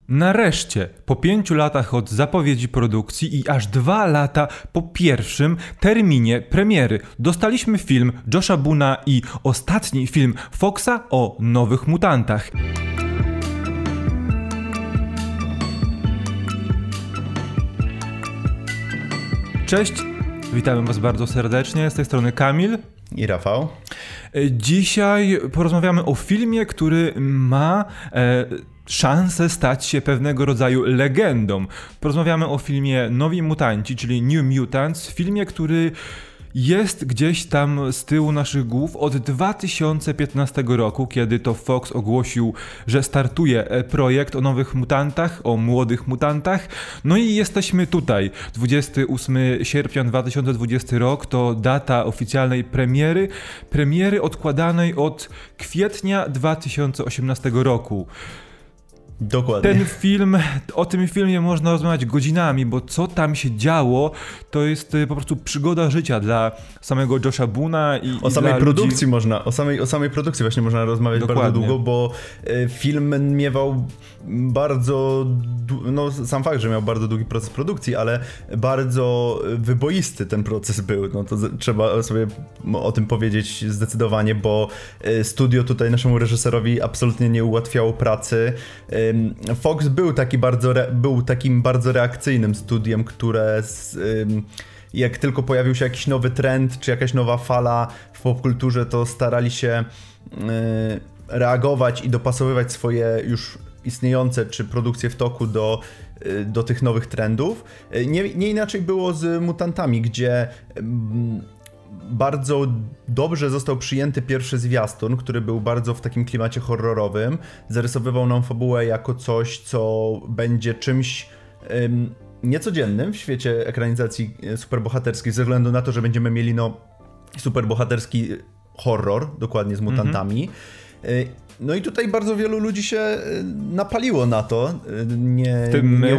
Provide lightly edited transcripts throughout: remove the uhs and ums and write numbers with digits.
Nareszcie, po 5 latach od zapowiedzi produkcji i aż 2 lata po pierwszym terminie premiery, dostaliśmy film Josha Boona i ostatni film Foxa o Nowych Mutantach. Cześć, witamy Was bardzo serdecznie, z tej strony Kamil i Rafał. Dzisiaj porozmawiamy o filmie, który ma szansę stać się pewnego rodzaju legendą. Porozmawiamy o filmie Nowi Mutanci, czyli New Mutants, filmie, który jest gdzieś tam z tyłu naszych głów od 2015 roku, kiedy to Fox ogłosił, że startuje projekt o nowych mutantach, o młodych mutantach. No i jesteśmy tutaj. 28 sierpnia 2020 rok to data oficjalnej premiery odkładanej od kwietnia 2018 roku. Dokładnie. O tym filmie można rozmawiać godzinami, bo co tam się działo, to jest po prostu przygoda życia dla samego Josha Boona i o samej produkcji ludzi. o samej produkcji właśnie można rozmawiać Dokładnie. Bardzo długo, bo film miewał bardzo, no sam fakt, że miał bardzo długi proces produkcji, ale bardzo wyboisty ten proces był, no to trzeba sobie o tym powiedzieć zdecydowanie, bo studio tutaj naszemu reżyserowi absolutnie nie ułatwiało pracy. Fox był takim bardzo reakcyjnym studiem, które jak tylko pojawił się jakiś nowy trend, czy jakaś nowa fala w popkulturze, to starali się reagować i dopasowywać swoje już istniejące czy produkcje w toku do tych nowych trendów. Nie inaczej było z Mutantami, gdzie bardzo dobrze został przyjęty pierwszy zwiastun, który był bardzo w takim klimacie horrorowym. Zarysowywał nam fabułę jako coś, co będzie czymś niecodziennym w świecie ekranizacji superbohaterskiej, ze względu na to, że będziemy mieli superbohaterski horror, dokładnie z mutantami. No i tutaj bardzo wielu ludzi się napaliło na to, nie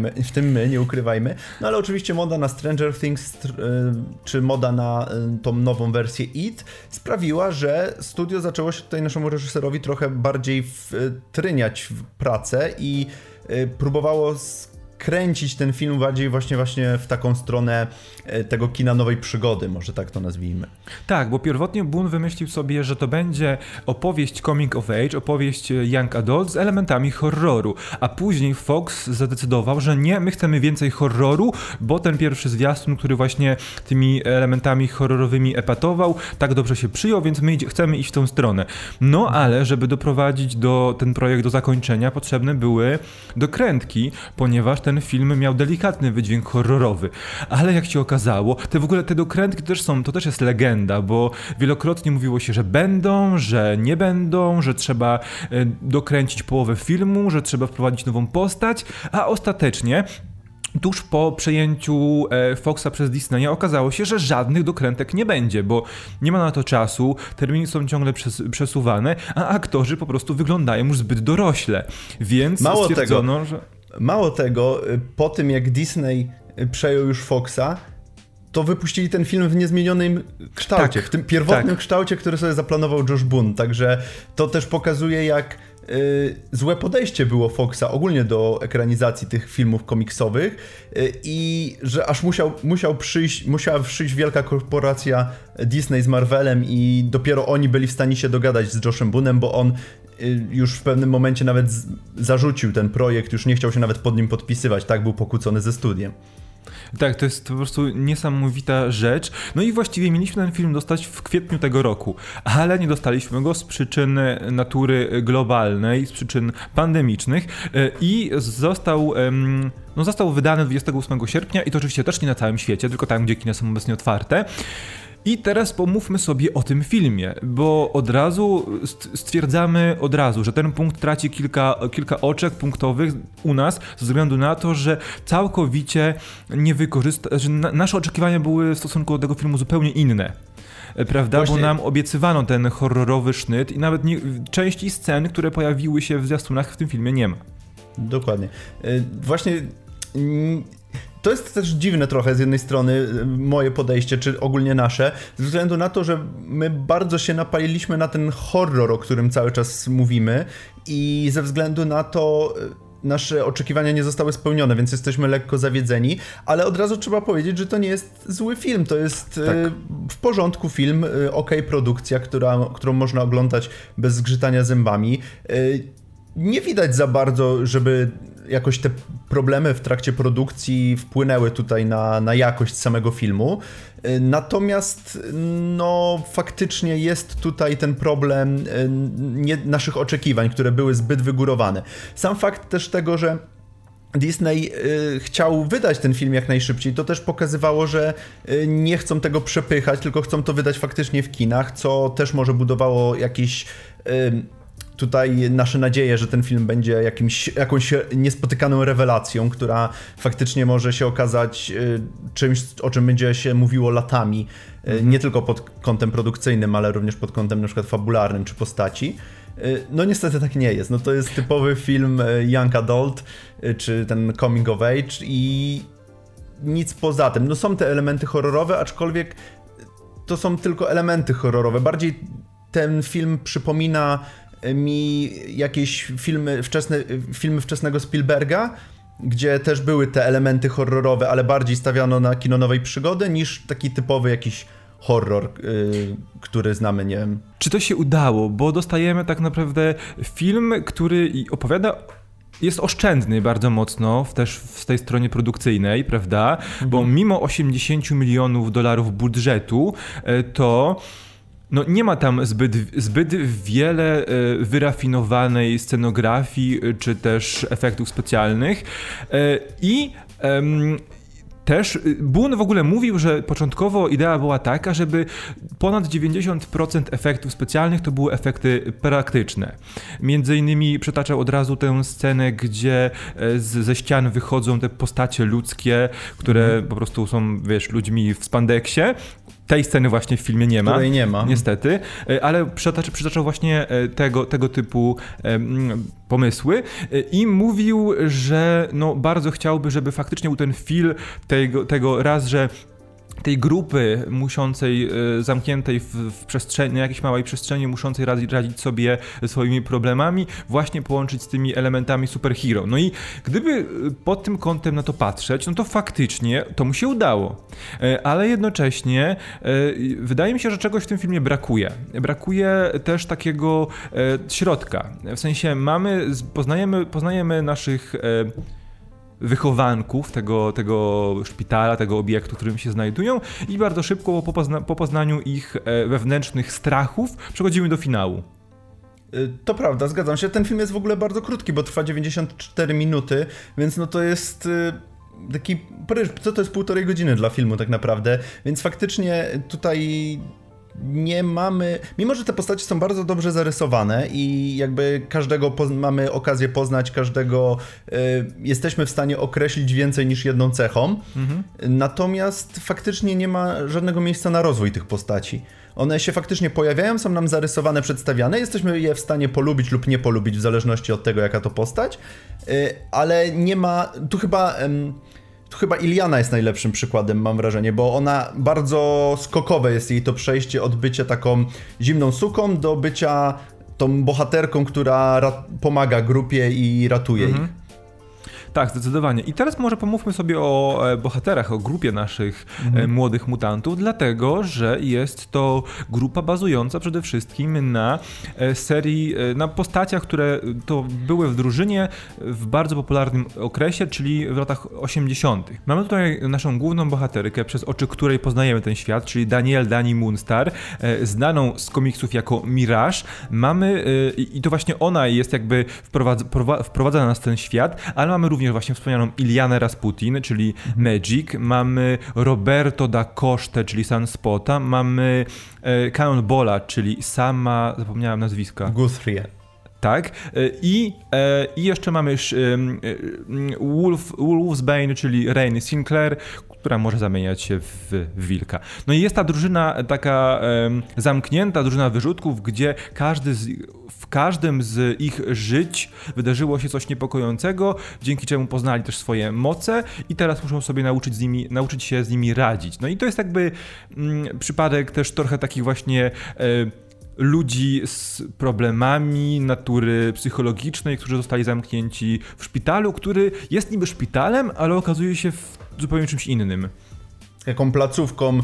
ukrywajmy. No ale oczywiście moda na Stranger Things, czy moda na tą nową wersję It sprawiła, że studio zaczęło się tutaj naszemu reżyserowi trochę bardziej wtryniać w pracę i próbowało kręcić ten film bardziej właśnie w taką stronę tego kina nowej przygody, może tak to nazwijmy. Tak, bo pierwotnie Boon wymyślił sobie, że to będzie opowieść coming of age, opowieść young adult z elementami horroru, a później Fox zadecydował, że nie, my chcemy więcej horroru, bo ten pierwszy zwiastun, który właśnie tymi elementami horrorowymi epatował, tak dobrze się przyjął, więc my chcemy iść w tą stronę. No ale, żeby doprowadzić ten projekt do zakończenia, potrzebne były dokrętki, ponieważ ten film miał delikatny wydźwięk horrorowy, ale jak się okazało, te dokrętki to też jest legenda, bo wielokrotnie mówiło się, że będą, że nie będą, że trzeba dokręcić połowę filmu, że trzeba wprowadzić nową postać, a ostatecznie tuż po przejęciu Foxa przez Disneya okazało się, że żadnych dokrętek nie będzie, bo nie ma na to czasu, terminy są ciągle przesuwane, a aktorzy po prostu wyglądają już zbyt dorośle, więc stwierdzono, że... Mało tego, po tym jak Disney przejął już Foxa, to wypuścili ten film w niezmienionym kształcie, w tym pierwotnym kształcie, który sobie zaplanował Josh Boone, także to też pokazuje, jak złe podejście było Foxa ogólnie do ekranizacji tych filmów komiksowych i że aż musiała przyjść wielka korporacja Disney z Marvelem i dopiero oni byli w stanie się dogadać z Joshem Boonem, bo on już w pewnym momencie nawet zarzucił ten projekt, już nie chciał się nawet pod nim podpisywać, tak był pokłócony ze studiem. Tak, to jest po prostu niesamowita rzecz. No i właściwie mieliśmy ten film dostać w kwietniu tego roku, ale nie dostaliśmy go z przyczyn natury globalnej, z przyczyn pandemicznych i został wydany 28 sierpnia i to oczywiście też nie na całym świecie, tylko tam, gdzie kina są obecnie otwarte. I teraz pomówmy sobie o tym filmie, bo od razu stwierdzamy że ten punkt traci kilka oczek punktowych u nas ze względu na to, że całkowicie nasze oczekiwania były w stosunku do tego filmu zupełnie inne. Prawda? Właśnie... Bo nam obiecywano ten horrorowy sznyt i nawet części scen, które pojawiły się w zwiastunach w tym filmie nie ma. Dokładnie. Właśnie... To jest też dziwne trochę z jednej strony moje podejście, czy ogólnie nasze, ze względu na to, że my bardzo się napaliliśmy na ten horror, o którym cały czas mówimy i ze względu na to nasze oczekiwania nie zostały spełnione, więc jesteśmy lekko zawiedzeni, ale od razu trzeba powiedzieć, że to nie jest zły film, to jest w porządku film, okej produkcja, którą można oglądać bez zgrzytania zębami. Nie widać za bardzo, żeby jakoś te problemy w trakcie produkcji wpłynęły tutaj na jakość samego filmu. Natomiast no faktycznie jest tutaj ten problem naszych oczekiwań, które były zbyt wygórowane. Sam fakt też tego, że Disney chciał wydać ten film jak najszybciej, to też pokazywało, że nie chcą tego przepychać, tylko chcą to wydać faktycznie w kinach, co też może budowało jakiś tutaj nasze nadzieje, że ten film będzie jakąś niespotykaną rewelacją, która faktycznie może się okazać czymś, o czym będzie się mówiło latami, nie tylko pod kątem produkcyjnym, ale również pod kątem na przykład fabularnym czy postaci. No niestety tak nie jest. No to jest typowy film young adult, czy ten coming of age i nic poza tym. No są te elementy horrorowe, aczkolwiek to są tylko elementy horrorowe. Bardziej ten film przypomina mi jakieś filmy wczesnego Spielberga, gdzie też były te elementy horrorowe, ale bardziej stawiano na kino nowej przygody niż taki typowy jakiś horror, który znamy, nie wiem. Czy to się udało? Bo dostajemy tak naprawdę film, który opowiada, jest oszczędny bardzo mocno też w tej stronie produkcyjnej, prawda? Bo mimo $80 milionów budżetu, to no nie ma tam zbyt wiele wyrafinowanej scenografii czy też efektów specjalnych i też Boone w ogóle mówił, że początkowo idea była taka, żeby ponad 90% efektów specjalnych to były efekty praktyczne. Między innymi przytaczał od razu tę scenę, gdzie ze ścian wychodzą te postacie ludzkie, które po prostu są, wiesz, ludźmi w spandeksie. Tej sceny właśnie w filmie nie ma. Której nie ma. Niestety, ale przytaczał właśnie tego typu pomysły i mówił, że no bardzo chciałby, żeby faktycznie był ten film tego raz, że tej grupy muszącej, zamkniętej w przestrzeni, jakiejś małej przestrzeni, muszącej radzić sobie ze swoimi problemami, właśnie połączyć z tymi elementami superhero. No i gdyby pod tym kątem na to patrzeć, no to faktycznie to mu się udało. Ale jednocześnie wydaje mi się, że czegoś w tym filmie brakuje. Brakuje też takiego środka. W sensie poznajemy naszych wychowanków tego szpitala, tego obiektu, w którym się znajdują i bardzo szybko po poznaniu ich wewnętrznych strachów przechodzimy do finału. To prawda, zgadzam się. Ten film jest w ogóle bardzo krótki, bo trwa 94 minuty, więc no to jest taki, co to jest 1,5 godziny dla filmu tak naprawdę, więc faktycznie tutaj nie mamy, mimo że te postacie są bardzo dobrze zarysowane i jakby każdego mamy okazję poznać, każdego jesteśmy w stanie określić więcej niż jedną cechą, natomiast faktycznie nie ma żadnego miejsca na rozwój tych postaci. One się faktycznie pojawiają, są nam zarysowane, przedstawiane, jesteśmy je w stanie polubić lub nie polubić w zależności od tego, jaka to postać, ale nie ma, tu chyba Iliana jest najlepszym przykładem, mam wrażenie, bo ona bardzo skokowe jest jej to przejście od bycia taką zimną suką do bycia tą bohaterką, która pomaga grupie i ratuje ich. Tak, zdecydowanie. I teraz może pomówmy sobie o bohaterach, o grupie naszych młodych mutantów, dlatego, że jest to grupa bazująca przede wszystkim na serii, na postaciach, które to były w drużynie w bardzo popularnym okresie, czyli w latach 80. Mamy tutaj naszą główną bohaterkę, przez oczy której poznajemy ten świat, czyli Dani Moonstar, znaną z komiksów jako Mirage. Mamy, i to właśnie ona jest jakby wprowadza nas w ten świat, ale mamy również właśnie wspomnianą Ilianę Rasputin, czyli Magic, mamy Roberto da Costa, czyli Sunspota, mamy Cannonballa, czyli sama, zapomniałem nazwiska. Guthrie. Tak. I jeszcze mamy Wolfsbane, czyli Rain Sinclair, która może zamieniać się w wilka. No i jest ta drużyna taka zamknięta, drużyna wyrzutków, gdzie w każdym z ich żyć wydarzyło się coś niepokojącego, dzięki czemu poznali też swoje moce i teraz muszą sobie nauczyć się z nimi radzić. No i to jest jakby przypadek też trochę takich właśnie ludzi z problemami natury psychologicznej, którzy zostali zamknięci w szpitalu, który jest niby szpitalem, ale okazuje się w zupełnie czymś innym. Taką placówką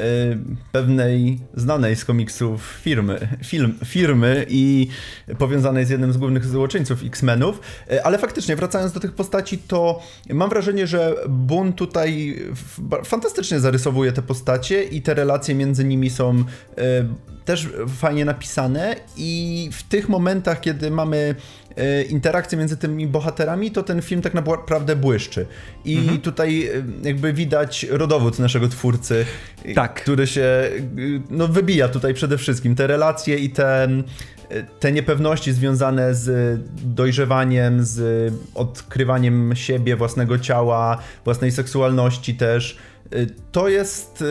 pewnej znanej z komiksów firmy i powiązanej z jednym z głównych złoczyńców X-Menów, ale faktycznie wracając do tych postaci, to mam wrażenie, że Boone tutaj fantastycznie zarysowuje te postacie i te relacje między nimi są też fajnie napisane i w tych momentach, kiedy mamy interakcje między tymi bohaterami, to ten film tak naprawdę błyszczy. I tutaj jakby widać rodowód naszego twórcy, który się wybija tutaj przede wszystkim. Te relacje i te niepewności związane z dojrzewaniem, z odkrywaniem siebie, własnego ciała, własnej seksualności też. To jest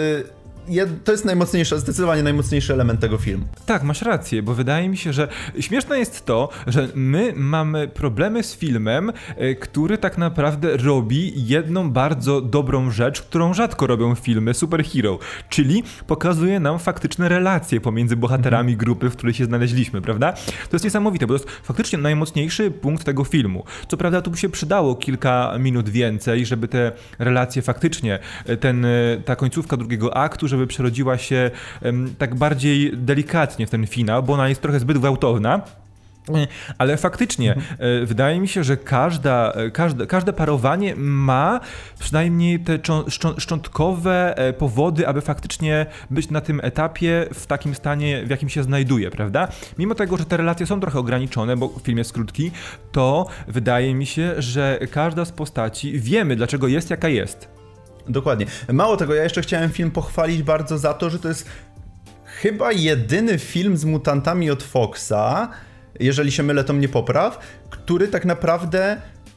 zdecydowanie najmocniejszy element tego filmu. Tak, masz rację, bo wydaje mi się, że śmieszne jest to, że my mamy problemy z filmem, który tak naprawdę robi jedną bardzo dobrą rzecz, którą rzadko robią filmy superhero, czyli pokazuje nam faktyczne relacje pomiędzy bohaterami grupy, w której się znaleźliśmy, prawda? To jest niesamowite, bo to jest faktycznie najmocniejszy punkt tego filmu. Co prawda tu by się przydało kilka minut więcej, żeby te relacje faktycznie, ta końcówka drugiego aktu, żeby przerodziła się tak bardziej delikatnie w ten finał, bo ona jest trochę zbyt gwałtowna. Ale faktycznie wydaje mi się, że każde parowanie ma przynajmniej te szczątkowe powody, aby faktycznie być na tym etapie w takim stanie, w jakim się znajduje, prawda? Mimo tego, że te relacje są trochę ograniczone, bo film jest krótki, to wydaje mi się, że każda z postaci wiemy, dlaczego jest jaka jest. Dokładnie. Mało tego, ja jeszcze chciałem film pochwalić bardzo za to, że to jest chyba jedyny film z mutantami od Foxa, jeżeli się mylę, to mnie popraw, który tak naprawdę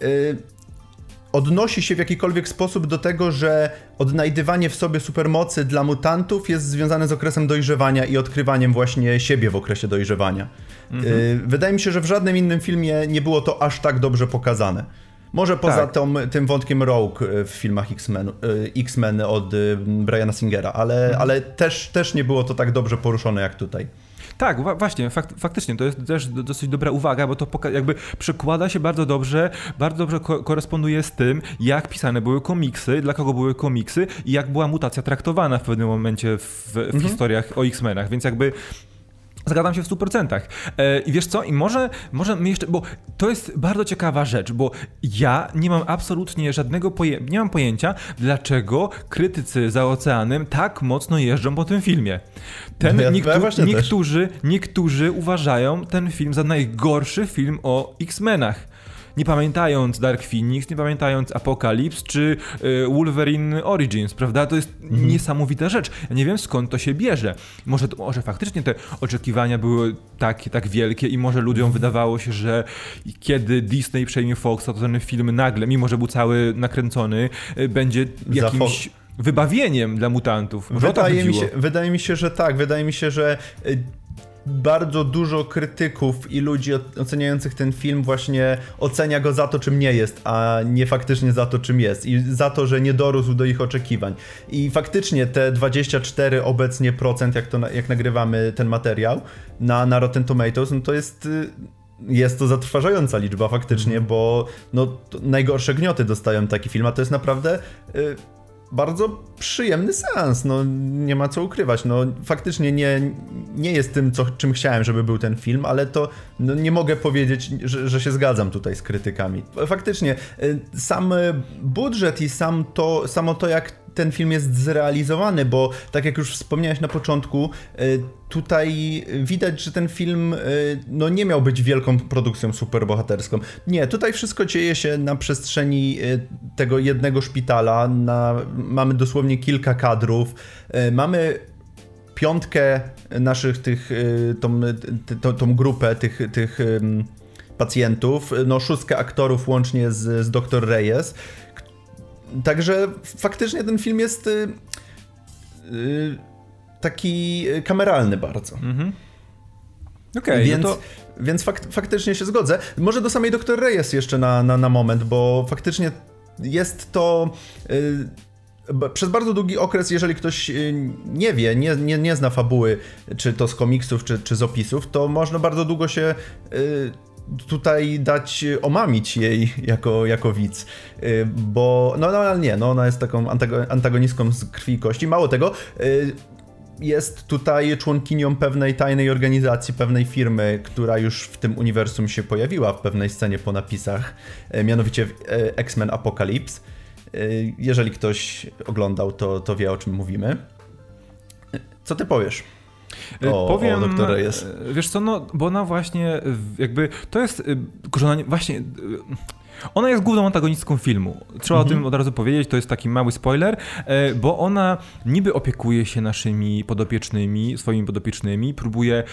odnosi się w jakikolwiek sposób do tego, że odnajdywanie w sobie supermocy dla mutantów jest związane z okresem dojrzewania i odkrywaniem właśnie siebie w okresie dojrzewania. Wydaje mi się, że w żadnym innym filmie nie było to aż tak dobrze pokazane. Może poza tym wątkiem Rogue w filmach X-Men od Briana Singera, ale też nie było to tak dobrze poruszone jak tutaj. Tak, właśnie, faktycznie, to jest też dosyć dobra uwaga, bo to jakby przekłada się bardzo dobrze koresponduje z tym, jak pisane były komiksy, dla kogo były komiksy i jak była mutacja traktowana w pewnym momencie w historiach o X-Menach, więc jakby zgadzam się w 100%. I wiesz co? I może my jeszcze, bo to jest bardzo ciekawa rzecz, bo ja nie mam absolutnie nie mam pojęcia, dlaczego krytycy za oceanem tak mocno jeżdżą po tym filmie. Niektórzy uważają ten film za najgorszy film o X-Menach. Nie pamiętając Dark Phoenix, nie pamiętając Apocalypse czy Wolverine Origins, prawda? To jest niesamowita rzecz. Ja nie wiem, skąd to się bierze. Może faktycznie te oczekiwania były tak wielkie i może ludziom wydawało się, że kiedy Disney przejmie Foxa, to ten film nagle, mimo że był cały nakręcony, będzie jakimś wybawieniem dla mutantów. Wydaje mi się, że tak. Wydaje mi się, że bardzo dużo krytyków i ludzi oceniających ten film właśnie ocenia go za to, czym nie jest, a nie faktycznie za to, czym jest i za to, że nie dorósł do ich oczekiwań. I faktycznie te 24 obecnie procent, jak nagrywamy ten materiał na Rotten Tomatoes, no to jest to zatrważająca liczba faktycznie, bo najgorsze gnioty dostają taki film, a to jest naprawdę bardzo przyjemny seans, nie ma co ukrywać, faktycznie nie jest tym, czym chciałem, żeby był ten film, ale to nie mogę powiedzieć, że się zgadzam tutaj z krytykami. Faktycznie sam budżet i samo to, jak ten film jest zrealizowany, bo tak jak już wspomniałeś na początku, tutaj widać, że ten film nie miał być wielką produkcją superbohaterską. Nie, tutaj wszystko dzieje się na przestrzeni tego jednego szpitala, mamy dosłownie kilka kadrów, mamy piątkę naszych tą grupę tych pacjentów, 6 aktorów łącznie z Dr. Reyes. Także faktycznie ten film jest taki kameralny bardzo. Okej, więc faktycznie się zgodzę. Może do samej Dr. Reyes jeszcze na moment, bo faktycznie jest to przez bardzo długi okres, jeżeli ktoś nie wie, nie zna fabuły, czy to z komiksów, czy z opisów, to można bardzo długo się tutaj omamić jej jako widz, bo ale nie, ona jest taką antagonistką z krwi i kości. Mało tego, jest tutaj członkinią pewnej tajnej organizacji, pewnej firmy, która już w tym uniwersum się pojawiła w pewnej scenie po napisach, mianowicie X-Men Apocalypse. Jeżeli ktoś oglądał, to wie, o czym mówimy. Co ty powiesz? Powiem, o Doktor Reyes. Wiesz co, bo ona właśnie jakby, to jest, że ona właśnie... Ona jest główną antagonistką filmu. Trzeba o tym od razu powiedzieć, to jest taki mały spoiler, bo ona niby opiekuje się naszymi podopiecznymi, swoimi podopiecznymi, próbuje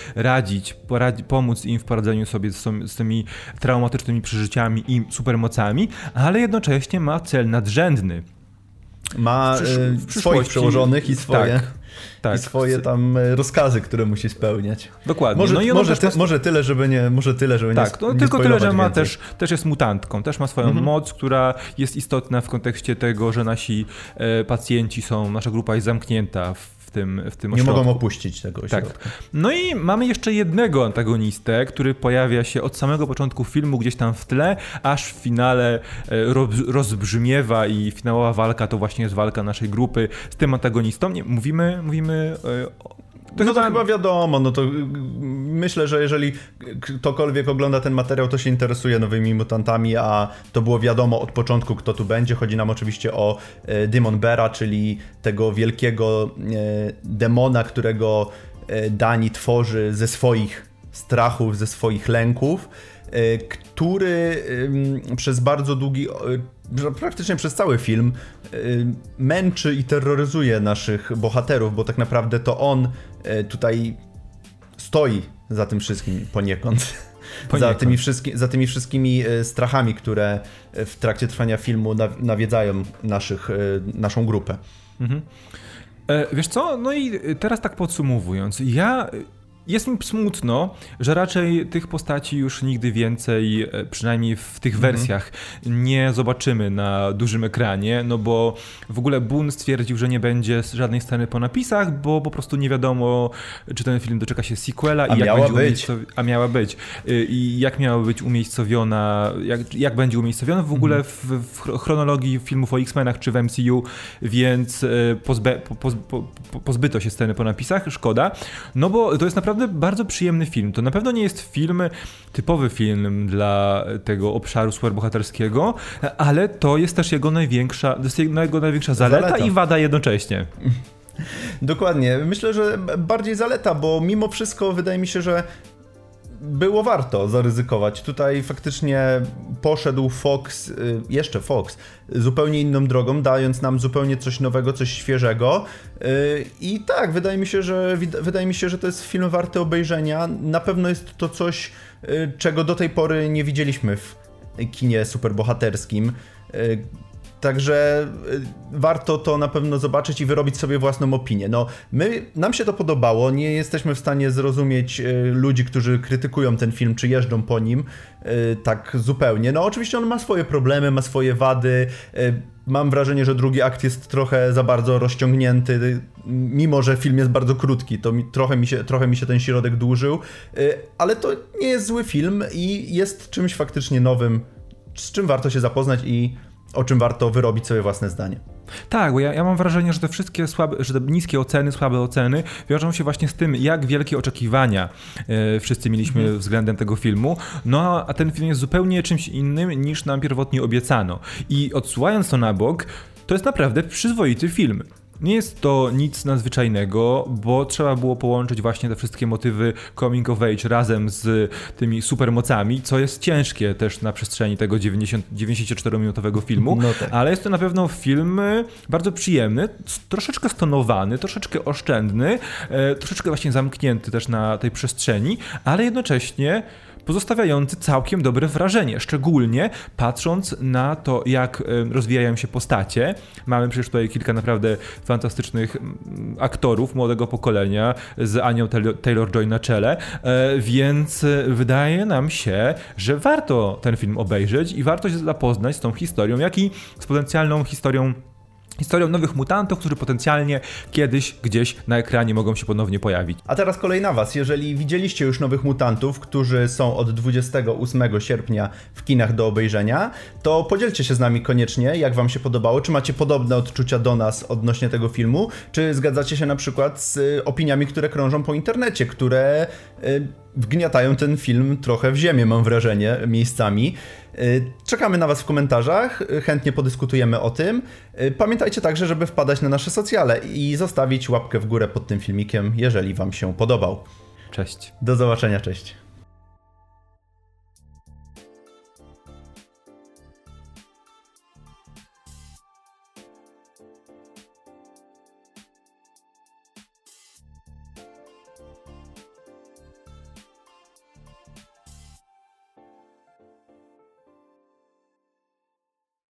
pomóc im w poradzeniu sobie z tymi traumatycznymi przeżyciami i supermocami, ale jednocześnie ma cel nadrzędny. Ma swoich przełożonych i swoje... Tak. I swoje tam rozkazy, które musi spełniać. Dokładnie. Może tyle, żeby nie tak, nie tylko tyle, że ma też jest mutantką. Też ma swoją moc, która jest istotna w kontekście tego, że nasi pacjenci nasza grupa jest zamknięta w tym ośrodku. Nie mogą opuścić tego ośrodka. Tak. No i mamy jeszcze jednego antagonistę, który pojawia się od samego początku filmu gdzieś tam w tle, aż w finale rozbrzmiewa i finałowa walka to właśnie jest walka naszej grupy z tym antagonistą. Mówimy to chyba wiadomo, to myślę, że jeżeli ktokolwiek ogląda ten materiał, to się interesuje nowymi mutantami, a to było wiadomo od początku, kto tu będzie. Chodzi nam oczywiście o Demon Beara, czyli tego wielkiego demona, którego Dani tworzy ze swoich strachów, ze swoich lęków, który przez bardzo długi, praktycznie przez cały film męczy i terroryzuje naszych bohaterów, bo tak naprawdę to on tutaj stoi za tym wszystkim poniekąd. Za tymi wszystkimi strachami, które w trakcie trwania filmu nawiedzają naszą grupę. Wiesz co? No i teraz tak podsumowując, jest mi smutno, że raczej tych postaci już nigdy więcej, przynajmniej w tych wersjach, nie zobaczymy na dużym ekranie, no bo w ogóle Boone stwierdził, że nie będzie żadnej sceny po napisach, bo po prostu nie wiadomo, czy ten film doczeka się sequela i miała być. I jak miała być umiejscowiona, jak będzie umiejscowiona w ogóle w chronologii filmów o X-Menach czy w MCU, więc pozbyto się sceny po napisach, szkoda, no bo to jest naprawdę bardzo przyjemny film. To na pewno nie jest typowy film dla tego obszaru superbohaterskiego, ale to jest też jego największa zaleta i wada jednocześnie. Dokładnie. Myślę, że bardziej zaleta, bo mimo wszystko wydaje mi się, że było warto zaryzykować. Tutaj faktycznie poszedł jeszcze Fox, zupełnie inną drogą, dając nam zupełnie coś nowego, coś świeżego. I tak, wydaje mi się, że to jest film warty obejrzenia. Na pewno jest to coś, czego do tej pory nie widzieliśmy w kinie superbohaterskim. Także warto to na pewno zobaczyć i wyrobić sobie własną opinię. Nam się to podobało, nie jesteśmy w stanie zrozumieć ludzi, którzy krytykują ten film, czy jeżdżą po nim tak zupełnie. Oczywiście on ma swoje problemy, ma swoje wady. Mam wrażenie, że drugi akt jest trochę za bardzo rozciągnięty, mimo że film jest bardzo krótki, to trochę mi się ten środek dłużył, ale to nie jest zły film i jest czymś faktycznie nowym, z czym warto się zapoznać i o czym warto wyrobić sobie własne zdanie. Tak, bo ja mam wrażenie, że te wszystkie że te niskie oceny, słabe oceny wiążą się właśnie z tym, jak wielkie oczekiwania wszyscy mieliśmy względem tego filmu, a ten film jest zupełnie czymś innym niż nam pierwotnie obiecano. I odsuwając to na bok, to jest naprawdę przyzwoity film. Nie jest to nic nadzwyczajnego, bo trzeba było połączyć właśnie te wszystkie motywy coming of age razem z tymi supermocami, co jest ciężkie też na przestrzeni tego 94-minutowego filmu, ale jest to na pewno film bardzo przyjemny, troszeczkę stonowany, troszeczkę oszczędny, troszeczkę właśnie zamknięty też na tej przestrzeni, ale jednocześnie pozostawiający całkiem dobre wrażenie, szczególnie patrząc na to, jak rozwijają się postacie. Mamy przecież tutaj kilka naprawdę fantastycznych aktorów młodego pokolenia z Anią Taylor-Joy na czele, więc wydaje nam się, że warto ten film obejrzeć i warto się zapoznać z tą historią, jak i z potencjalną historią historią nowych mutantów, którzy potencjalnie kiedyś gdzieś na ekranie mogą się ponownie pojawić. A teraz kolej na was. Jeżeli widzieliście już Nowych Mutantów, którzy są od 28 sierpnia w kinach do obejrzenia, to podzielcie się z nami koniecznie, jak wam się podobało, czy macie podobne odczucia do nas odnośnie tego filmu, czy zgadzacie się na przykład z opiniami, które krążą po internecie, które wgniatają ten film trochę w ziemię, mam wrażenie, miejscami. Czekamy na was w komentarzach, chętnie podyskutujemy o tym. Pamiętajcie także, żeby wpadać na nasze socjale i zostawić łapkę w górę pod tym filmikiem, jeżeli wam się podobał. Cześć. Do zobaczenia, cześć.